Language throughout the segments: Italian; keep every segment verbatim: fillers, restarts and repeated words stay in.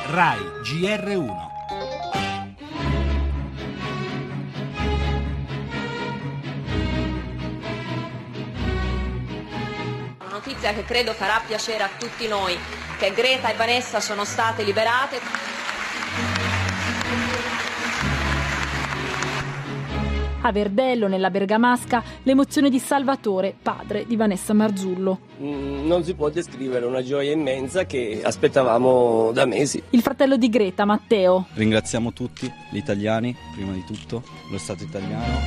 Rai G R uno. Una notizia che credo farà piacere a tutti noi, che Greta e Vanessa sono state liberate. A Verdello, nella Bergamasca, l'emozione di Salvatore, padre di Vanessa Marzullo. Non si può descrivere una gioia immensa che aspettavamo da mesi. Il fratello di Greta, Matteo. Ringraziamo tutti, gli italiani, prima di tutto, lo Stato italiano.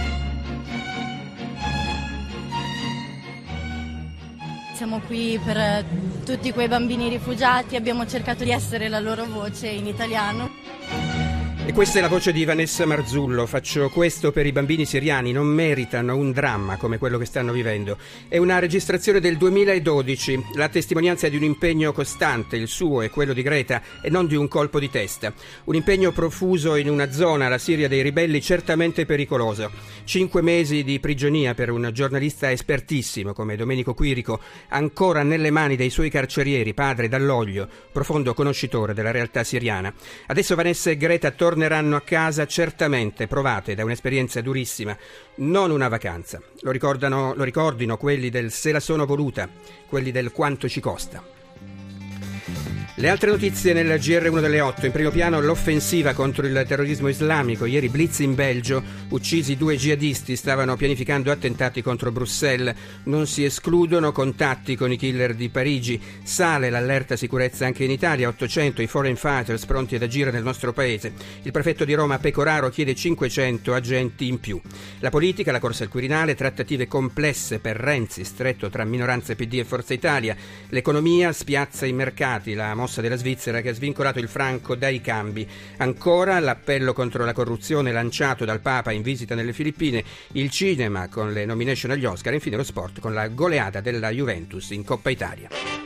Siamo qui per tutti quei bambini rifugiati, abbiamo cercato di essere la loro voce in italiano. E questa è la voce di Vanessa Marzullo. Faccio questo per i bambini siriani, non meritano un dramma come quello che stanno vivendo. È una registrazione del duemiladodici, la testimonianza di un impegno costante, il suo e quello di Greta, e non di un colpo di testa. Un impegno profuso in una zona, la Siria dei ribelli, certamente pericolosa. Cinque mesi di prigionia per un giornalista espertissimo come Domenico Quirico, ancora nelle mani dei suoi carcerieri, padre Dall'Oglio, profondo conoscitore della realtà siriana. Adesso Vanessa e Greta tornano torneranno a casa certamente provate da un'esperienza durissima, non una vacanza. Lo ricordano, lo ricordino quelli del se la sono voluta, quelli del quanto ci costa. Le altre notizie nel G R uno delle otto. In primo piano l'offensiva contro il terrorismo islamico. Ieri blitz in Belgio, uccisi due jihadisti, stavano pianificando attentati contro Bruxelles. Non si escludono contatti con i killer di Parigi. Sale l'allerta sicurezza anche in Italia, ottocento i foreign fighters pronti ad agire nel nostro paese. Il prefetto di Roma Pecoraro chiede cinquecento agenti in più. La politica, la corsa al Quirinale, trattative complesse per Renzi, stretto tra minoranze P D e Forza Italia. L'economia spiazza i mercati, la mossa della Svizzera che ha svincolato il franco dai cambi. Ancora l'appello contro la corruzione lanciato dal Papa in visita nelle Filippine, il cinema con le nomination agli Oscar e infine lo sport con la goleada della Juventus in Coppa Italia.